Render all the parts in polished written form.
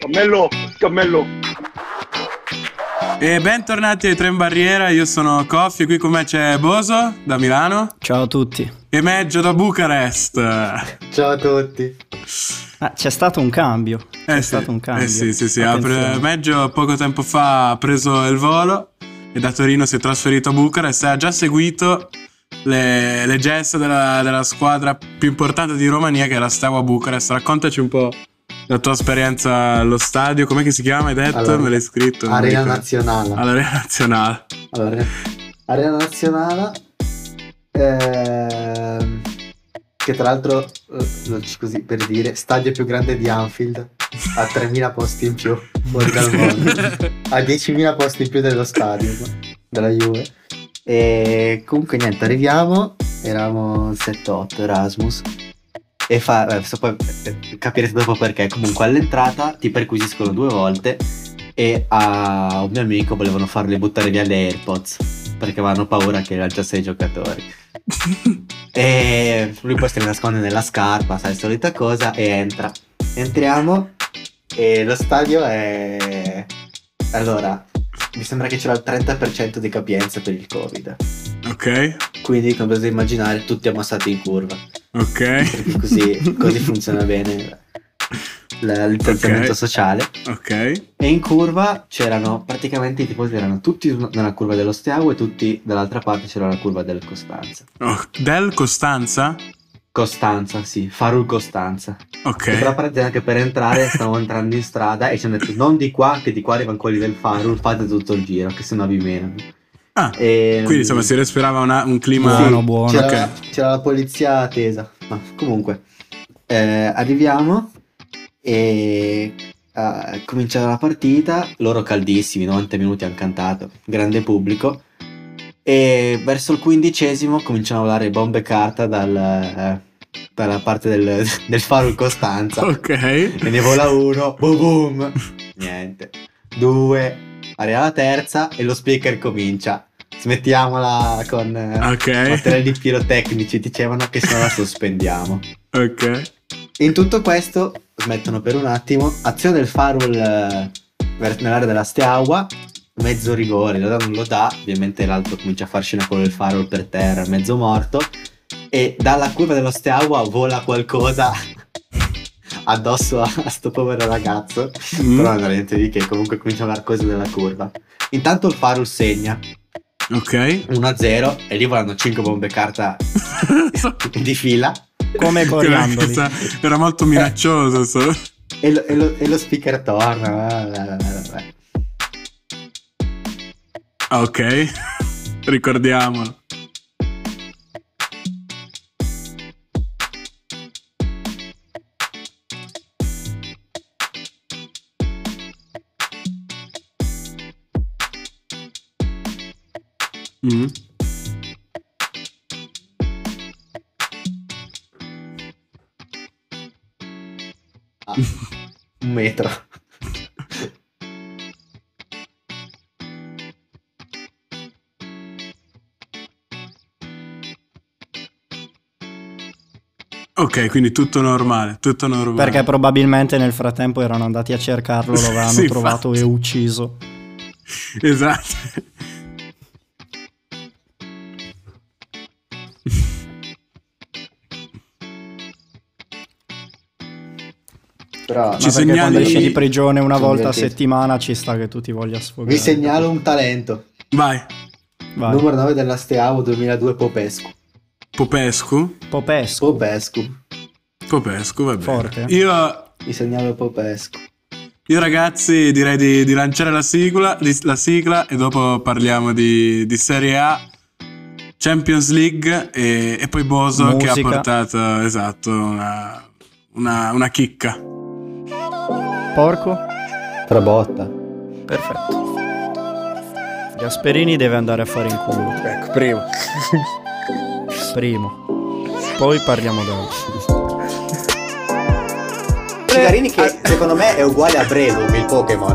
Cammello, cammello. E bentornati ai Tre in Barriera, io sono Coffi e qui con me c'è Boso da Milano. Ciao a tutti. E Meggio da Bucarest. Ciao a tutti. C'è stato un cambio. Sì. Meggio poco tempo fa ha preso il volo e da Torino si è trasferito a Bucarest e ha già seguito le gesta della squadra più importante di Romania, che è la Steaua Bucarest. Raccontaci un po' la tua esperienza allo stadio. Com'è che si chiama, hai detto? Allora, me l'hai scritto? Arena Nazionale. All'Arena Nazionale. Allora, Arena Nazionale, che tra l'altro, così per dire, stadio più grande di Anfield, ha 3.000 posti in più fuori dal mondo, ha 10.000 posti in più dello stadio della Juve. E comunque niente, arriviamo, eravamo 7-8 Erasmus. E poi capirete dopo perché. Comunque all'entrata ti perquisiscono 2 volte e a un mio amico volevano fargli buttare via le AirPods perché avevano paura che erano già 6 giocatori. E lui poi se li nasconde nella scarpa, sai, solita cosa, e entriamo e lo stadio è... Allora, mi sembra che c'era il 30% di capienza per il Covid. Ok. Quindi, come potete immaginare, tutti ammassati in curva. Ok. Perché così funziona bene il distanziamento sociale. Ok. E in curva c'erano praticamente i tifosi, erano tutti nella curva dello Steaua e tutti dall'altra parte c'era la curva del Costanza. Oh, del Costanza? Costanza, sì, Farul Costanza. Ok. E però praticamente che per entrare stavamo entrando in strada e ci hanno detto non di qua, che di qua arrivano quelli del Farul, fate tutto il giro, che sennò vi menano. Quindi insomma si respirava un clima buono. C'era la polizia tesa. Ma comunque arriviamo e comincia la partita. Loro caldissimi, 90 minuti hanno cantato, grande pubblico. E verso il 15° cominciano a volare bombe carta dalla parte del Faro Costanza. Ok. E ne vola uno, boom boom. Niente. 2. Arriva la terza e lo speaker comincia. Smettiamola con materiali pirotecnici, dicevano, che se no la sospendiamo. Ok. In tutto questo smettono per un attimo. Azione del Farul nell'area della Steaua, mezzo rigore, non lo dà, ovviamente l'altro comincia a far scena con il Farul per terra, mezzo morto, e dalla curva dello Steaua vola qualcosa addosso a sto povero ragazzo. Però non è niente di che, comunque comincia a vedere cose della curva. Intanto il Farul segna. Ok. 1-0 e lì volano 5 bombe carta di fila. Come coriandoli. Era molto minaccioso. E lo speaker torna. Ok. Ricordiamolo. Un metro. Ok, quindi tutto normale. Perché probabilmente nel frattempo erano andati a cercarlo, lo avevano trovato infatti. E ucciso. Esatto. Però, ci segnali quando esci di prigione una volta a settimana ci sta che tu ti voglia sfogare. Vi segnalo un talento. Vai. Numero 9 della Steaua 2002, Popescu. Popescu, va bene. Forte. Io vi segnalo Popescu. Io ragazzi direi di lanciare la sigla e dopo parliamo di Serie A, Champions League e poi Boso musica. Che ha portato una chicca. Porco? Trabotta. Perfetto. Gasperini deve andare a fare in culo. Ecco, primo. Poi parliamo dopo. Cigarini che secondo me è uguale a Breloom, il Pokémon.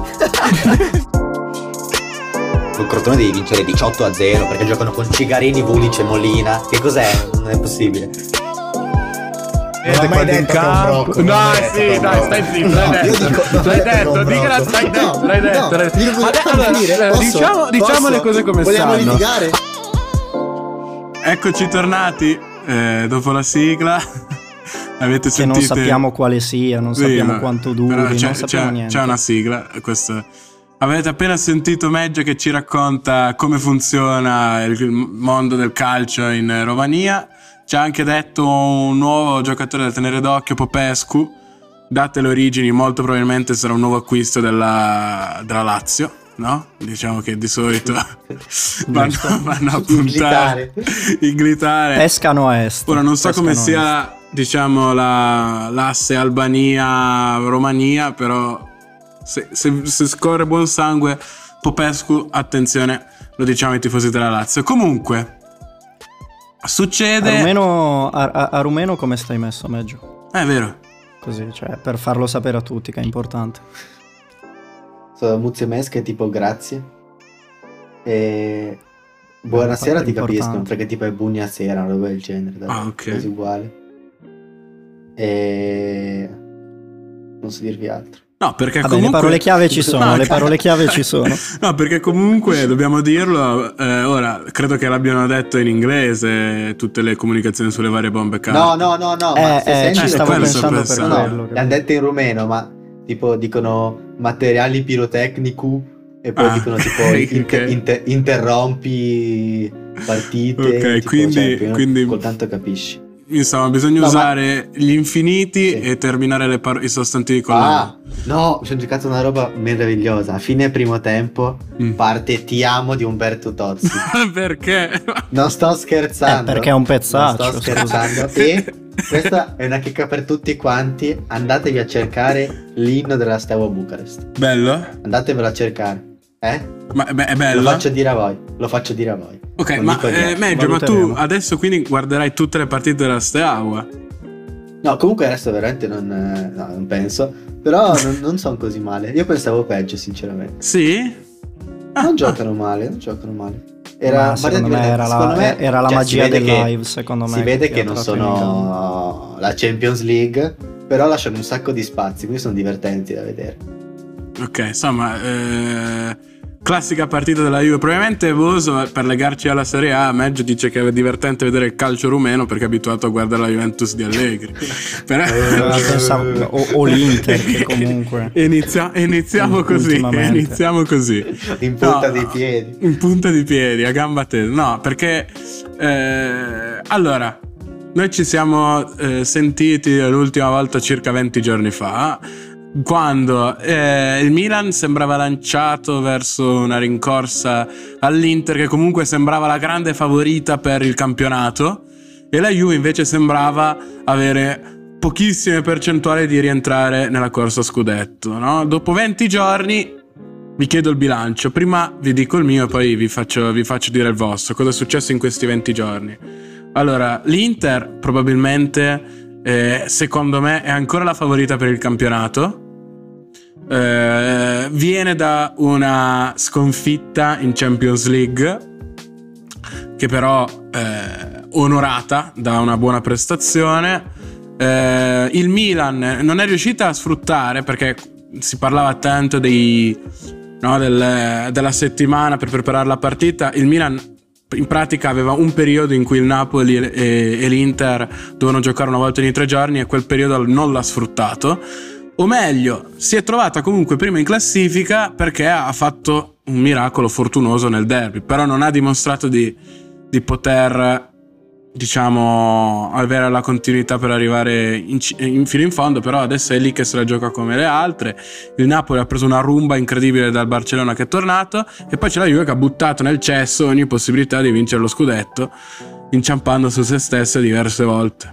Il Crotone devi vincere 18-0 perché giocano con Cigarini, Vulic e Molina. Che cos'è? Non è possibile. quando in campo. No, sì, dai, stai zitto. L'hai detto, dica, stai detto, l'hai detto. Diciamo le cose come stanno. Vogliamo litigare? Eccoci tornati dopo la sigla. Avete sentito? Che non sappiamo quale sia, non sappiamo quanto duri, non sappiamo niente. C'è una sigla, questo. Avete appena sentito Meggio che ci racconta come funziona il mondo del calcio in Romania. Ci ha anche detto un nuovo giocatore da tenere d'occhio, Popescu. Date le origini, molto probabilmente sarà un nuovo acquisto della Lazio, no? Diciamo che di solito vanno a puntare, inglitare. Pescano a est. Ora non so come sia, diciamo, l'asse Albania-Romania, però se scorre buon sangue Popescu, attenzione, lo diciamo ai tifosi della Lazio. Comunque succede a Rumeno come stai messo, Meggio? È vero. Così, cioè, per farlo sapere a tutti che è importante. Muzio Mesche tipo grazie e buonasera ti capiscono, perché tipo è buonasera, una roba del genere, ok, quasi uguale. E non so dirvi altro. No, perché vabbè, comunque le parole chiave ci sono, le parole chiave ci sono. No, perché comunque dobbiamo dirlo, ora credo che l'abbiano detto in inglese tutte le comunicazioni sulle varie bombe carta. No, ma se ci stavo pensando per quello. quello. Le hanno dette in rumeno, ma tipo dicono materiali pirotecnicu e poi dicono tipo interrompi partite. Ok, tipo, quindi col tanto capisci. Insomma, bisogna usare gli infiniti e terminare i sostantivi con la. No, mi sono giocato una roba meravigliosa. A fine primo tempo parte Ti amo di Umberto Tozzi. Perché? Non sto scherzando. Perché è un pezzaccio. Non sto scherzando. E questa è una chicca per tutti quanti. Andatevi a cercare l'inno della Steaua Bucarest. Bello? Andatevelo a cercare. Ma è bello? Lo faccio dire a voi. Ok, non ma Meggio, ma tu adesso quindi guarderai tutte le partite della Steaua? No, comunque adesso veramente non penso. Però non sono così male. Io pensavo peggio, sinceramente. Sì? Non giocano male. Secondo me era la magia del live, secondo me. Si vede che non sono la Champions League, però lasciano un sacco di spazi, quindi sono divertenti da vedere. Ok, insomma, classica partita della Juve. Probabilmente Boso, per legarci alla Serie A, Meggio dice che è divertente vedere il calcio rumeno perché è abituato a guardare la Juventus di Allegri. o l'Inter, che comunque iniziamo così. In punta di piedi. In punta di piedi, a gamba tesa. No, perché allora noi ci siamo sentiti l'ultima volta circa 20 giorni fa, quando il Milan sembrava lanciato verso una rincorsa all'Inter, che comunque sembrava la grande favorita per il campionato, e la Juve invece sembrava avere pochissime percentuali di rientrare nella corsa scudetto, no? Dopo 20 giorni vi chiedo il bilancio. Prima vi dico il mio e poi vi faccio dire il vostro. Cosa è successo in questi 20 giorni? Allora, l'Inter probabilmente, secondo me, è ancora la favorita per il campionato. Viene da una sconfitta in Champions League, che però onorata da una buona prestazione. Il Milan non è riuscita a sfruttare, perché si parlava tanto della settimana per preparare la partita. Il Milan in pratica aveva un periodo in cui il Napoli e l'Inter dovevano giocare una volta ogni 3 giorni, e quel periodo non l'ha sfruttato. O meglio, si è trovata comunque prima in classifica perché ha fatto un miracolo fortunoso nel derby, però non ha dimostrato di poter, diciamo, avere la continuità per arrivare fino in fondo. Però adesso è lì che se la gioca come le altre. Il Napoli ha preso una rumba incredibile dal Barcellona, che è tornato, e poi c'è la Juve che ha buttato nel cesso ogni possibilità di vincere lo scudetto, inciampando su se stessa diverse volte.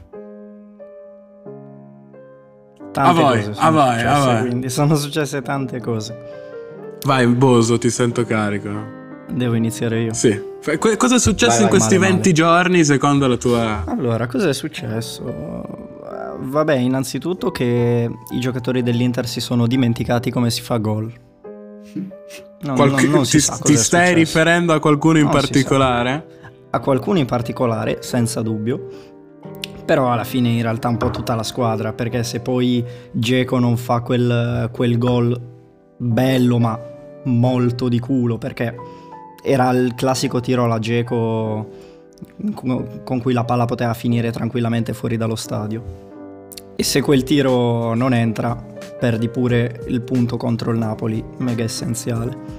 A voi. Quindi sono successe tante cose. Vai Boso, ti sento carico. Devo iniziare io? Sì. Cosa è successo in questi 20 giorni secondo la tua... Allora, cosa è successo? Vabbè, innanzitutto che i giocatori dell'Inter si sono dimenticati come si fa gol. Non si sa cosa ti stai riferendo a qualcuno in particolare? A qualcuno in particolare, senza dubbio. Però alla fine in realtà un po' tutta la squadra, perché se poi Dzeko non fa quel gol bello ma molto di culo, perché era il classico tiro alla Dzeko con cui la palla poteva finire tranquillamente fuori dallo stadio, e se quel tiro non entra perdi pure il punto contro il Napoli, mega essenziale.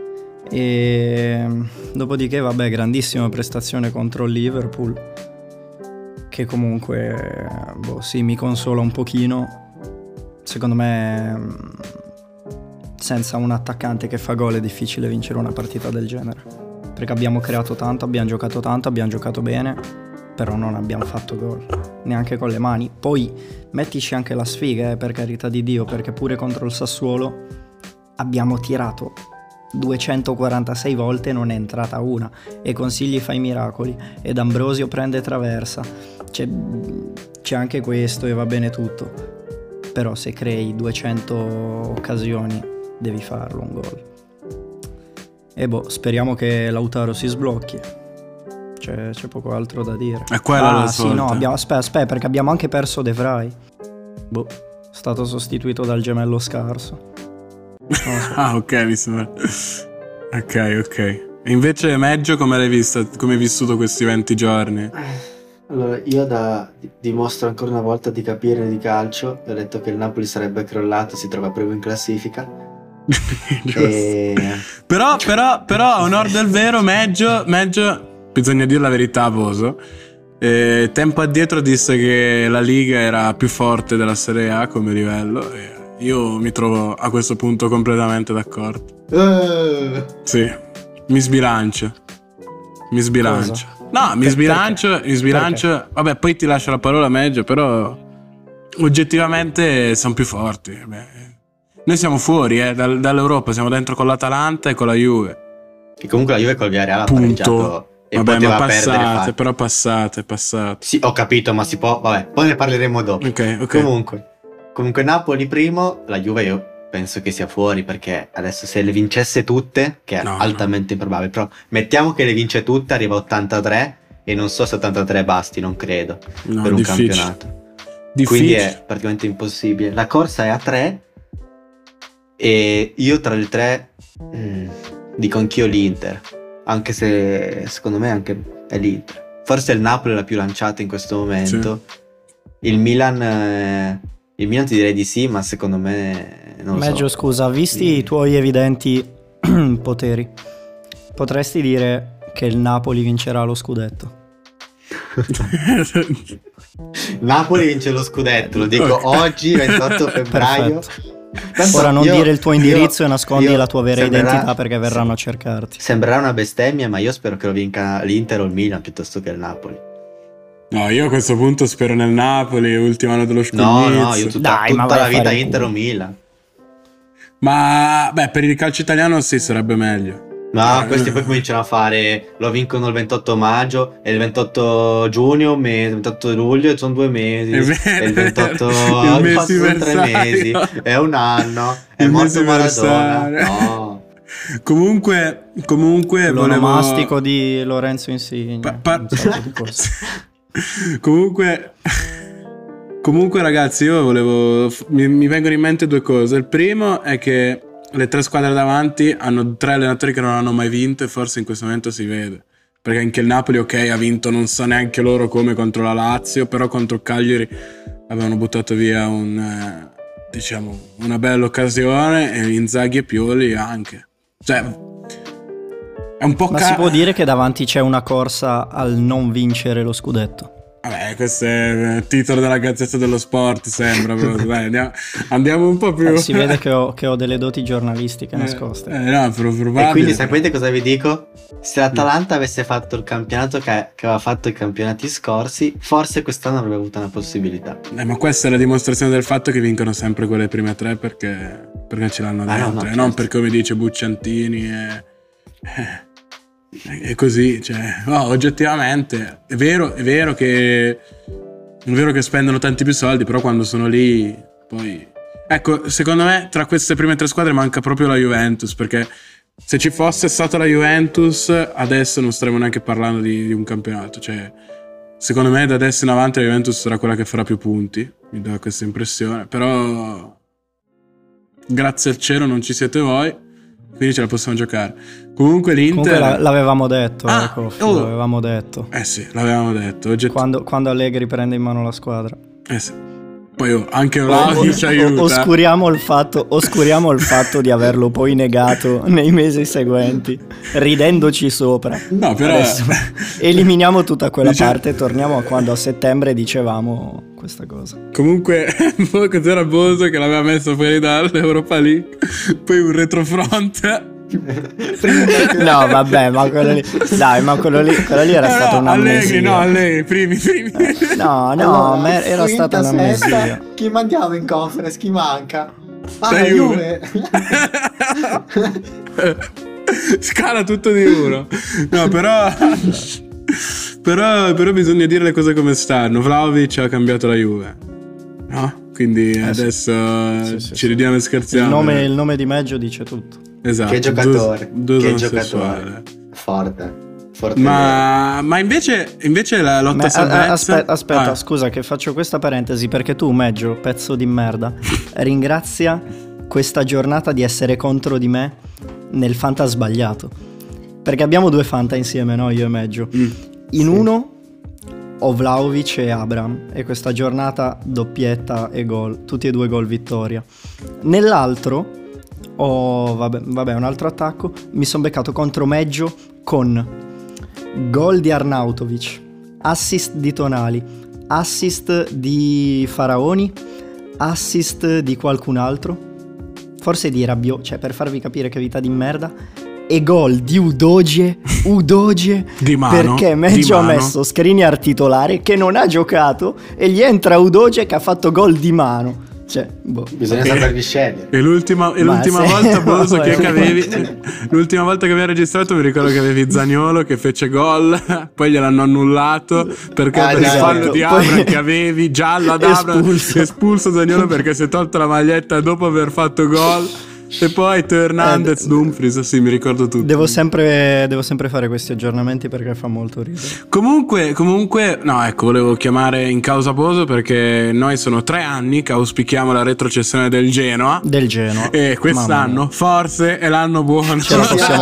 E dopodiché vabbè, grandissima prestazione contro il Liverpool, che comunque sì, mi consola un pochino. Secondo me senza un attaccante che fa gol è difficile vincere una partita del genere, perché abbiamo creato tanto, abbiamo giocato bene, però non abbiamo fatto gol neanche con le mani. Poi mettici anche la sfiga, per carità di Dio, perché pure contro il Sassuolo abbiamo tirato 246 volte e non è entrata una, e Consigli fa i miracoli ed Ambrosio prende traversa. C'è anche questo e va bene tutto, però se crei 200 occasioni devi farlo un gol. E speriamo che Lautaro si sblocchi, c'è poco altro da dire. È quella la sì, no, aspetta, perché abbiamo anche perso De Vrij, è stato sostituito dal gemello scarso. Ah, ok, mi sembra. Ok. E invece Meggio, come l'hai vista? Come hai vissuto questi 20 giorni? Allora, io dimostro ancora una volta di capire di calcio. Ho detto che il Napoli sarebbe crollato, si trova primo in classifica. Però a onor del vero, Meggio, bisogna dire la verità a Boso. Tempo addietro disse che la Liga era più forte della Serie A come livello, e io mi trovo a questo punto completamente d'accordo. Sì, mi sbilancio. Cosa? No, mi sbilancio. Perché? Vabbè, poi ti lascio la parola, Meggio, però oggettivamente sono più forti. Noi siamo fuori dall'Europa, siamo dentro con l'Atalanta e con la Juve. Che comunque la Juve col Villarreal ha punto. Pareggiato e vabbè, poteva ma perdere. Però passate. Sì, ho capito, ma si può. Vabbè, poi ne parleremo dopo. Ok. Comunque Napoli primo, la Juve io penso che sia fuori, perché adesso se le vincesse tutte, che è altamente improbabile, però mettiamo che le vince tutte, arriva a 83 e non so se 83 basti, non credo, per un campionato. Quindi è praticamente impossibile. La corsa è a 3 e io tra le 3 dico anch'io l'Inter, anche se secondo me anche è l'Inter. Forse il Napoli è la più lanciata in questo momento. Sì. Il Milan ti direi di sì, ma secondo me non Meggio, so. Scusa, visti i tuoi evidenti poteri, potresti dire che il Napoli vincerà lo scudetto? Napoli vince lo scudetto, lo dico oggi 28 febbraio. Ora non dire il tuo indirizzo e nascondi la tua vera identità, perché verranno a cercarti. Sembrerà una bestemmia, ma io spero che lo vinca l'Inter o il Milan piuttosto che il Napoli. No, io a questo punto spero nel Napoli, ultimo anno dello scugnizzo. No, io tutta la vita Inter o Milan. Ma per il calcio italiano sì, sarebbe meglio. No, questi poi cominciano a fare, lo vincono il 28 maggio e il 28 giugno, il 28 luglio, e sono 2 mesi. E il 28 sono 3 mesi, è un anno, è morto Maradona. No. Comunque l'onomastico di Lorenzo Insigne. Comunque ragazzi, io mi vengono in mente 2 cose. Il primo è che le 3 squadre davanti hanno 3 allenatori che non hanno mai vinto, e forse in questo momento si vede, perché anche il Napoli ha vinto, non so neanche loro come, contro la Lazio, però contro il Cagliari avevano buttato via una bella occasione, e Inzaghi e Pioli anche, cioè è un po'. Ma si può dire che davanti c'è una corsa al non vincere lo scudetto? Vabbè, questo è il titolo della Gazzetta dello Sport, sembra. Dai, andiamo un po' più. Si vede che ho delle doti giornalistiche nascoste. No, probabile. E quindi sapete cosa vi dico? Se l'Atalanta avesse fatto il campionato che aveva fatto i campionati scorsi, forse quest'anno avrebbe avuto una possibilità. Ma questa è la dimostrazione del fatto che vincono sempre quelle prime 3 perché ce l'hanno dentro, non perché, come dice Bucciantini e così, cioè, oggettivamente è vero che spendono tanti più soldi, però quando sono lì poi, ecco, secondo me tra queste prime 3 squadre manca proprio la Juventus, perché se ci fosse stata la Juventus adesso non staremmo neanche parlando di un campionato, cioè secondo me da adesso in avanti la Juventus sarà quella che farà più punti, mi dà questa impressione, però grazie al cielo non ci siete voi, quindi ce la possiamo giocare. Comunque l'Inter... Comunque l'avevamo detto, l'avevamo detto. Sì, l'avevamo detto. Quando Allegri prende in mano la squadra. Sì. Poi anche Vlahovic ci aiuta. Oscuriamo il fatto di averlo poi negato nei mesi seguenti, ridendoci sopra. No, però adesso eliminiamo tutta quella parte e torniamo a quando a settembre dicevamo questa cosa. Comunque c'era Boso che l'aveva messo fuori dall'Europa League, poi un retrofront. No, vabbè, ma quello lì. Dai, ma quello lì era stato un'amnesia. Allegri, primi. No, allora, era stata un'amnesia. Chi mandiamo in conference? Chi manca? La Juve. Scala tutto di uno. No, però bisogna dire le cose come stanno. Vlahovic ha cambiato la Juve, no? Quindi adesso ci ridiamo e scherziamo. Il nome di Meggio dice tutto. Esatto. Che giocatore. Che giocatore. Forte. Ma invece la lotta salvezza... Aspetta, scusa che faccio questa parentesi, perché tu, Meggio, pezzo di merda, ringrazia questa giornata di essere contro di me nel Fanta sbagliato. Perché abbiamo 2 Fanta insieme, no? Io e Meggio. In uno ho Vlahovic e Abraham, e questa giornata doppietta e gol, tutti e 2 gol vittoria. Nell'altro vabbè, un altro attacco, mi sono beccato contro Meggio con gol di Arnautovic, assist di Tonali, assist di Faraoni, assist di qualcun altro, forse di Rabiot, cioè per farvi capire che vita di merda, e gol di Udogie di mano, perché Meggio ha messo Skriniar titolare che non ha giocato e gli entra Udogie che ha fatto gol di mano. Cioè, bisogna saperli scegliere. E l'ultima volta, Boso, che avevi l'ultima volta che avevi registrato mi ricordo che avevi Zaniolo che fece gol, poi gliel'hanno annullato perché per il fallo di Abraham che avevi giallo ad Abraham, espulso Zaniolo perché si è tolto la maglietta dopo aver fatto gol. E poi Hernandez, Dumfries, sì, mi ricordo tutto. Devo sempre fare questi aggiornamenti perché fa molto ridere. Comunque, no, ecco, volevo chiamare in causa Boso perché noi sono 3 anni che auspichiamo la retrocessione del Genoa. E quest'anno forse è l'anno buono. Ce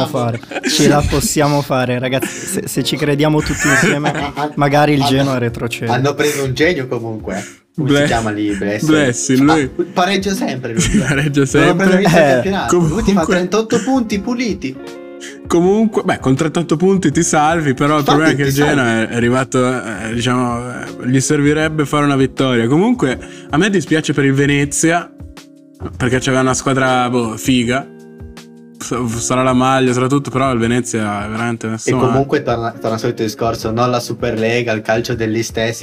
la possiamo fare, ragazzi. Se ci crediamo tutti insieme, magari il Genoa retrocede. Hanno preso un genio comunque. Come si chiama lì? Blessing, lui pareggia sempre lui. Pareggia sempre. Lui ti fa 38 punti puliti. Comunque, con 38 punti ti salvi, però il problema è che il Genoa è arrivato, diciamo, gli servirebbe fare una vittoria. Comunque, a me dispiace per il Venezia, perché c'aveva una squadra figa. Sarà la maglia, sarà tutto, però il Venezia è veramente messo e comunque torna al solito discorso, non la Superlega, il calcio degli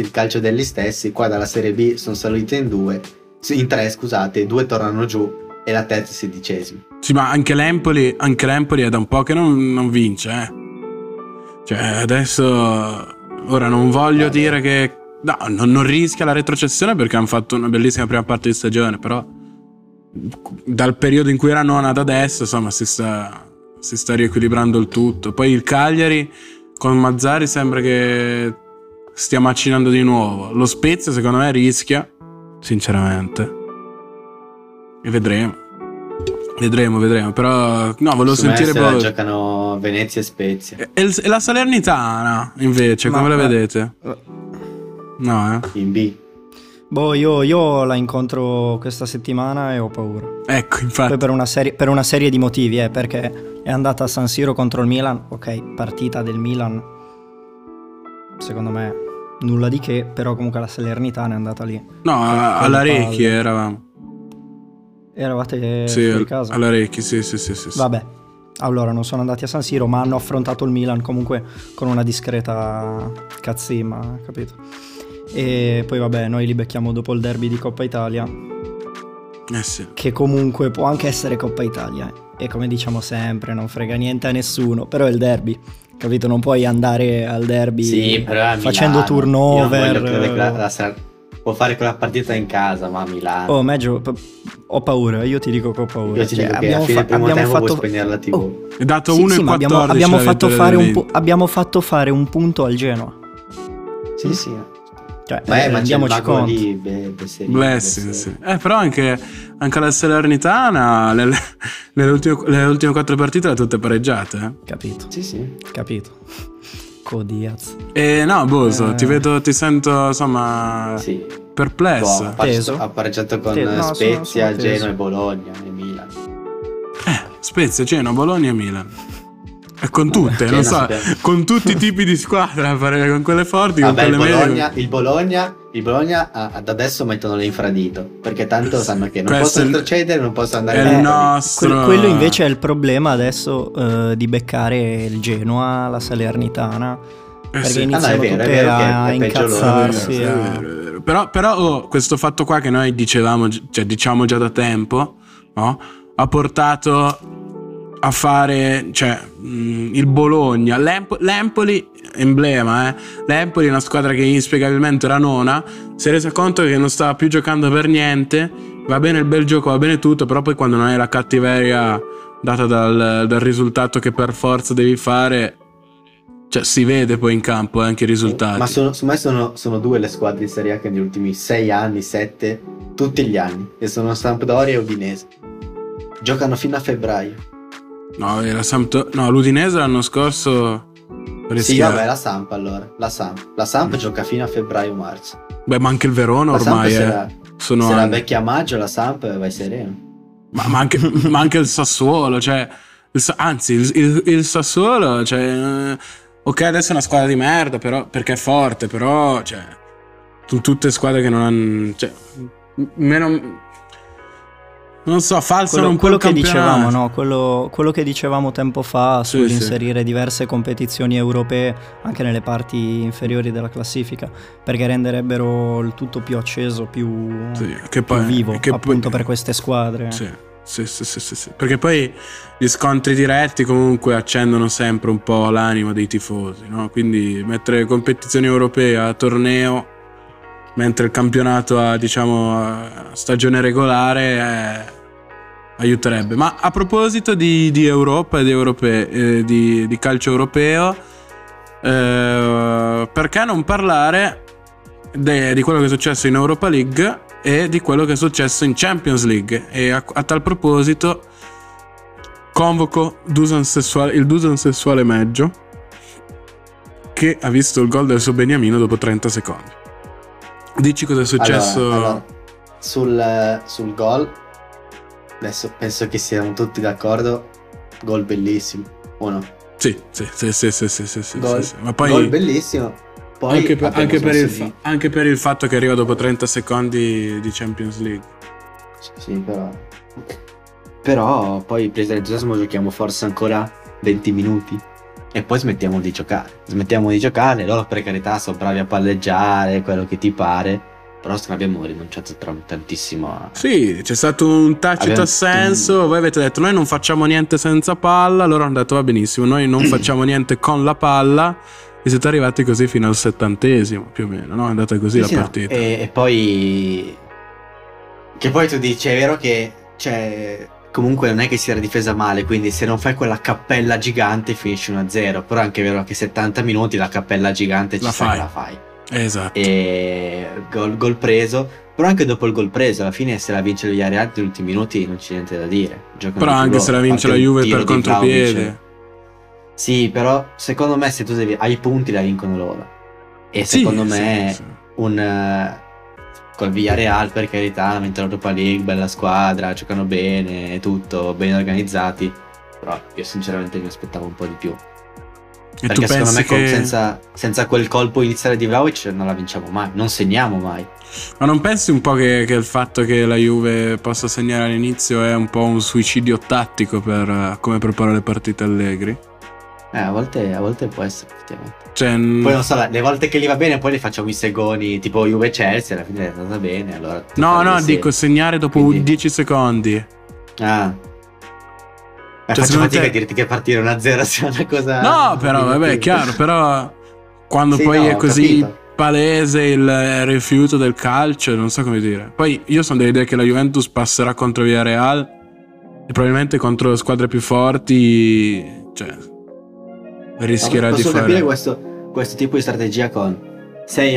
stessi. Qua dalla Serie B sono saliti in 3, scusate, 2 tornano giù e la terza 16ª. Sì, ma anche l'Empoli è da un po' che non vince, Cioè adesso, ora non voglio dire che non rischia la retrocessione perché hanno fatto una bellissima prima parte di stagione, però dal periodo in cui era nona ad adesso, insomma, si sta riequilibrando il tutto. Poi il Cagliari con Mazzarri sembra che stia macinando di nuovo. Lo Spezia secondo me rischia, sinceramente, e vedremo. Però no, volevo sentire poi giocano Venezia e Spezia e la Salernitana invece come la vedete? No, in B. Io la incontro questa settimana e ho paura. Ecco, infatti. Poi per una serie di motivi, perché è andata a San Siro contro il Milan, ok, partita del Milan, secondo me nulla di che, però comunque la Salernitana è andata lì. No, alla Recchi eravamo. Eravate fuori casa? Alla Recchi, sì. Vabbè, allora non sono andati a San Siro, ma hanno affrontato il Milan comunque con una discreta cazzima, capito? E poi vabbè, noi li becchiamo dopo il derby di Coppa Italia, sì. Che comunque può anche essere Coppa Italia, e come diciamo sempre non frega niente a nessuno, però è il derby, capito? Non puoi andare al derby facendo turnover. Può fare quella partita in casa, ma a Milano. Meggio, ho paura, io ti dico che ho paura. Io ti dico che alla fine del primo tempo puoi spegnere la TV. È dato 1,14. Abbiamo fatto fare un punto al Genoa. Sì. Cioè, Ma c'è il rendiamoci mago conto. lì, Blessing, sì. Però anche la Salernitana le ultime 4 partite le ha tutte pareggiate. Capito. Sì. Capito. Codiaz. No, Boso, ti sento insomma Sì. perplesso. Teso. Ha pareggiato con No, Spezia, sono teso. Genoa e Bologna e Milan. Spezia, Genoa, Bologna e Milan. E con tutte, Genoa non so, sappiamo. con tutti i tipi di squadra, con quelle forti, con Vabbè, quelle medie. il Bologna ad adesso mettono l'infradito, perché tanto sanno che non Questo possono è il- retrocedere, non possono andare È il avanti. nostro. Quello invece è il problema adesso di beccare il Genoa, la Salernitana, perché sì. iniziano è vero tutte che a è peggio loro, incazzarsi. È vero. Però questo fatto qua che noi diciamo già da tempo, no? Ha portato a fare, il Bologna, l'Empoli, emblema, l'Empoli è una squadra che inspiegabilmente era nona, si è resa conto che non stava più giocando per niente, va bene il bel gioco, va bene tutto, però poi quando non hai la cattiveria data dal risultato che per forza devi fare, si vede poi in campo anche i risultati. Ma secondo me sono 2 le squadre di Serie A che negli ultimi 6 anni, 7, tutti gli anni, e sono Sampdoria e Udinese. Giocano fino a febbraio. No, l'Udinese l'anno scorso Sì, vabbè, la Samp allora. La Samp gioca fino a febbraio-marzo. Beh, ma anche il Verona La Samp ormai se la becchi a maggio, la Samp vai sereno. ma anche il Sassuolo, il Sassuolo, ok, adesso è una squadra di merda, però perché è forte, però sono tutte squadre che non hanno, meno, non so, falsano un po' quello il che dicevamo, campionato. no? Quello che dicevamo tempo fa Sì, sull'inserire diverse competizioni europee anche nelle parti inferiori della classifica, perché renderebbero il tutto più acceso, più vivo, appunto per queste squadre. Sì. Perché poi gli scontri diretti comunque accendono sempre un po' l'animo dei tifosi, no? Quindi mettere competizioni europee a torneo mentre il campionato a stagione regolare aiuterebbe. Ma a proposito di Europa e di europee, di calcio europeo, perché non parlare di quello che è successo in Europa League e di quello che è successo in Champions League? E a tal proposito convoco il Dusan Sessuale Meggio, che ha visto il gol del suo beniamino dopo 30 secondi. Dici cosa è successo? Allora, sul gol, adesso penso che siamo tutti d'accordo, gol bellissimo, o no? Sì. Gol, sì. Ma poi gol bellissimo. Poi anche per il fatto che arriva dopo 30 secondi di Champions League. Sì, però poi presa dall'entusiasmo giochiamo forse ancora 20 minuti e poi smettiamo di giocare. Loro per carità sono bravi a palleggiare, quello che ti pare, però abbiamo rinunciato tantissimo Sì, c'è stato un tacito assenso. Voi avete detto noi non facciamo niente senza palla, loro hanno detto va benissimo, noi non facciamo niente con la palla, e siete arrivati così fino al 70° più o meno, no? È andata così la partita. No. E poi che poi tu dici è vero che comunque non è che si era difesa male, quindi se non fai quella cappella gigante finisci 1-0, però è anche vero che 70 minuti la cappella gigante la fai. Esatto. E gol preso, però anche dopo il gol preso alla fine se la vince il Villarreal negli ultimi minuti non c'è niente da dire. Però anche se la vince la Juve per contropiede. Sì, però secondo me se tu hai i punti la vincono loro. E secondo me col Villarreal, per carità, hanno vinto l'Europa League, bella squadra, giocano bene, tutto ben organizzati, però io sinceramente mi aspettavo un po' di più. E perché secondo me che senza quel colpo iniziale di Vlahovic non la vinciamo mai, non segniamo mai. Ma non pensi un po' che il fatto che la Juve possa segnare all'inizio è un po' un suicidio tattico per come prepara le partite Allegri? A volte può essere, effettivamente. Poi non so, le volte che gli va bene poi le facciamo i segoni, tipo Juve-Chelsea, alla fine è andata bene, allora no, dico segnare dopo 10 secondi. Faccio fatica a dirti che partire 1-0 sia una cosa. No, però vabbè, è chiaro, però quando poi è così palese il rifiuto del calcio, non so come dire. Poi io sono dell'idea che la Juventus passerà contro Villarreal e probabilmente contro squadre più rischierà di fare. Posso capire questo tipo di strategia con sei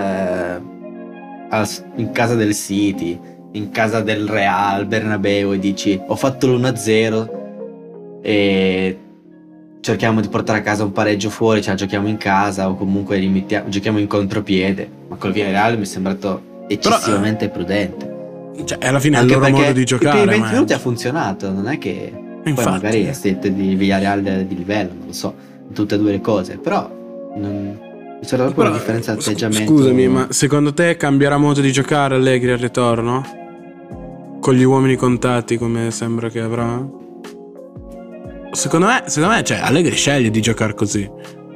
in casa del City, in casa del Real Bernabeu e dici ho fatto l'1-0 e cerchiamo di portare a casa un pareggio fuori, cioè giochiamo in casa o comunque giochiamo in contropiede, ma col Villarreal mi è sembrato eccessivamente prudente. Cioè, alla fine è il Anche loro perché modo di giocare. I primi 20 minuti ha funzionato, non è che poi magari siete di Villarreal di livello, non lo so, tutte e due le cose, però c'è proprio una differenza di atteggiamento. Scusami, ma secondo te cambierà modo di giocare Allegri al ritorno? Con gli uomini contati come sembra che avrà? Secondo me cioè, Allegri sceglie di giocare così.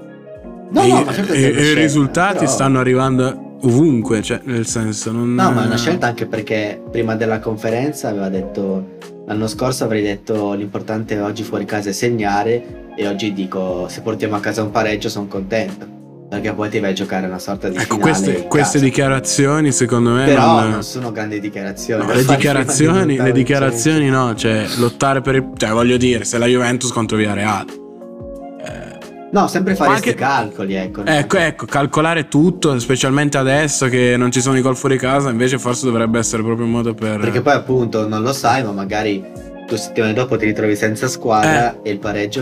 I risultati però stanno arrivando ovunque, cioè nel senso non... No, ma è una scelta anche perché prima della conferenza aveva detto, l'anno scorso avrei detto l'importante oggi fuori casa è segnare, e oggi dico se portiamo a casa un pareggio sono contento, perché poi ti vai a giocare una sorta di finale queste dichiarazioni secondo me però non sono grandi dichiarazioni. No, le dichiarazioni no, cioè lottare per cioè voglio dire, se la Juventus contro Villarreal no, sempre fare questi calcoli, ecco, calcolare tutto, specialmente adesso che non ci sono i gol fuori casa, invece forse dovrebbe essere proprio un modo per... Perché poi appunto non lo sai, ma magari 2 settimane dopo ti ritrovi senza squadra e il pareggio...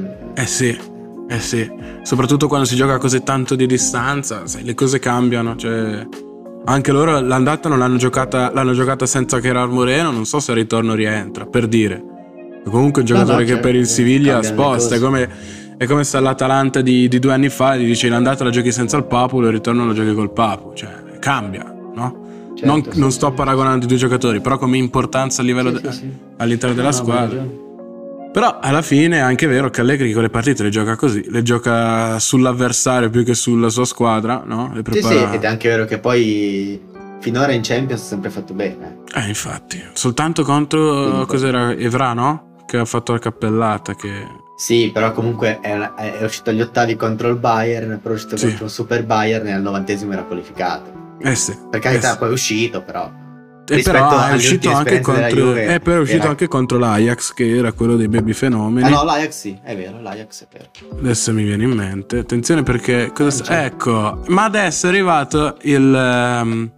Sì, soprattutto quando si gioca così tanto di distanza, sai, le cose cambiano, cioè... Anche loro l'andata non l'hanno giocata senza Gerard Moreno, non so se al ritorno rientra, per dire. E comunque un giocatore che per il Siviglia sposta, è come se all'Atalanta di 2 anni fa gli dice l'andata la giochi senza il Papu, il ritorno la giochi col Papu, cioè cambia, no? Certo, non sto paragonando i due giocatori, però come importanza a livello all'interno della squadra. Però alla fine è anche vero che Allegri con le partite le gioca così, le gioca sull'avversario più che sulla sua squadra, no? Le prepara... Sì, ed è anche vero che poi finora in Champions ha sempre fatto bene. Infatti, soltanto contro cos'era Evra, no? Che ha fatto la cappellata che... Sì, però comunque è uscito agli ottavi contro il Bayern, però è uscito contro un super Bayern e al 90° era qualificato. Sì. Per carità, poi è uscito, però. Però è uscito anche contro è uscito anche contro l'Ajax, che era quello dei baby fenomeni. No, l'Ajax sì, è vero, l'Ajax è vero. Adesso mi viene in mente. Attenzione perché ecco, ma adesso è arrivato il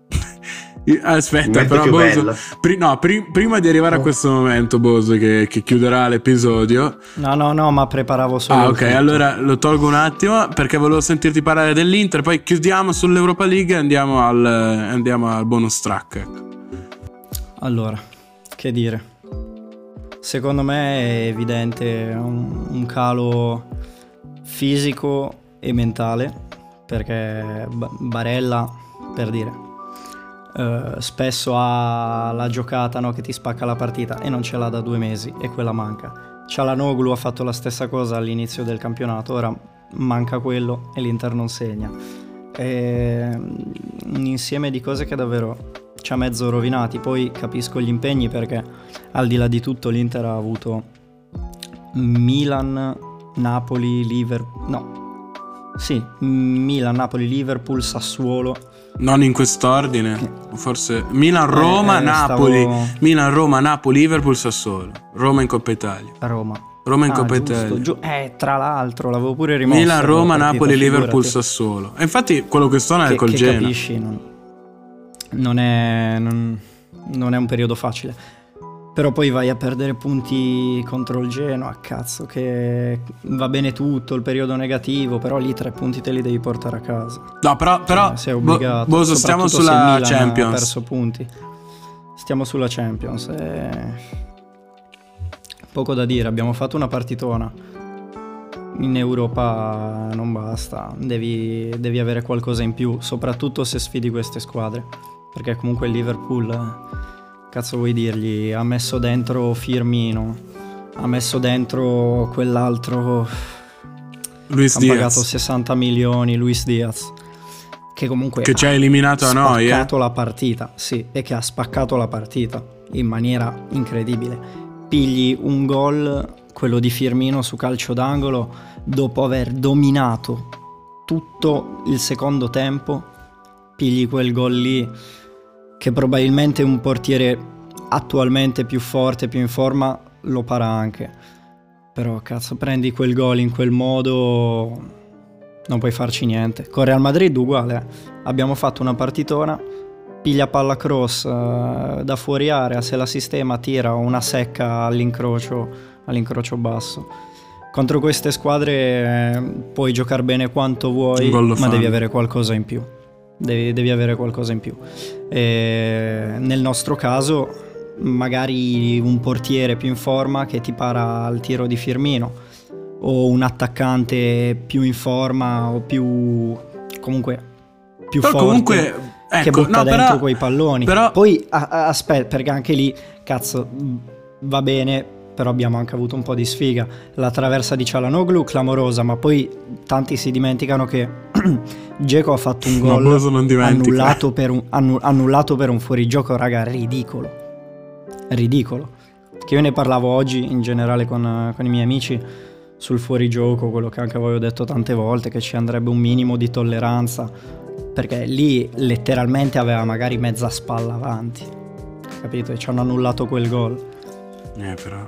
aspetta, però Boso, prima di arrivare a questo momento, Boso, che chiuderà l'episodio. No, ma preparavo solo. Ok, allora lo tolgo un attimo perché volevo sentirti parlare dell'Inter, poi chiudiamo sull'Europa League e andiamo al bonus track. Ecco. Allora, che dire? Secondo me è evidente un calo fisico e mentale, perché Barella, per dire, spesso ha la giocata, no, che ti spacca la partita, e non ce l'ha da 2 mesi e quella manca. Çalhanoğlu ha fatto la stessa cosa all'inizio del campionato, ora manca quello e l'Inter non segna. È un insieme di cose che davvero ci ha mezzo rovinati. Poi capisco gli impegni, perché al di là di tutto l'Inter ha avuto Milan, Napoli, Liverpool, Sassuolo. Non in quest'ordine, forse Milan, Roma, Napoli, Milan, Roma, Napoli, Liverpool, Sassuolo. Roma in Coppa Italia. Roma in Coppa Italia. Tra l'altro l'avevo pure rimosso. Milan, Roma, Napoli, Liverpool, Sassuolo. E infatti quello che sto è col Genoa. Capisci, non è un periodo facile. Però poi vai a perdere punti contro il Genoa, cazzo, che va bene tutto, il periodo negativo, però lì 3 punti te li devi portare a casa. No, però sei obbligato. Boso, stiamo sulla Champions. Ha perso punti. Stiamo sulla Champions. Poco da dire, abbiamo fatto una partitona. In Europa non basta, devi avere qualcosa in più, soprattutto se sfidi queste squadre, perché comunque il Liverpool... Cazzo vuoi dirgli? Ha messo dentro Firmino, ha messo dentro quell'altro, Luis ha Diaz, pagato 60 milioni, Luis Diaz, che comunque ci ha eliminato a noi, spaccato la partita, sì, e che ha spaccato la partita in maniera incredibile. Pigli un gol, quello di Firmino su calcio d'angolo, dopo aver dominato tutto il secondo tempo, pigli quel gol lì, che probabilmente un portiere attualmente più forte, più in forma, lo para anche. Però cazzo, prendi quel gol in quel modo, non puoi farci niente. Con Real Madrid uguale, abbiamo fatto una partitona, piglia palla cross da fuori area, se la sistema tira una secca all'incrocio basso. Contro queste squadre puoi giocare bene quanto vuoi, ma devi avere qualcosa in più. Devi avere qualcosa in più. E nel nostro caso magari un portiere più in forma che ti para al tiro di Firmino, o un attaccante più in forma o più comunque più però forte, comunque, che ecco, butta dentro quei palloni. Però poi aspetta, perché anche lì cazzo va bene, però abbiamo anche avuto un po' di sfiga. La traversa di Çalhanoğlu clamorosa, ma poi tanti si dimenticano che Dzeko ha fatto un gol annullato per un fuorigioco, raga, ridicolo. Che io ne parlavo oggi in generale con i miei amici sul fuorigioco, quello che anche avevo detto tante volte, che ci andrebbe un minimo di tolleranza, perché lì letteralmente aveva magari mezza spalla avanti, capito? E ci hanno annullato quel gol. Però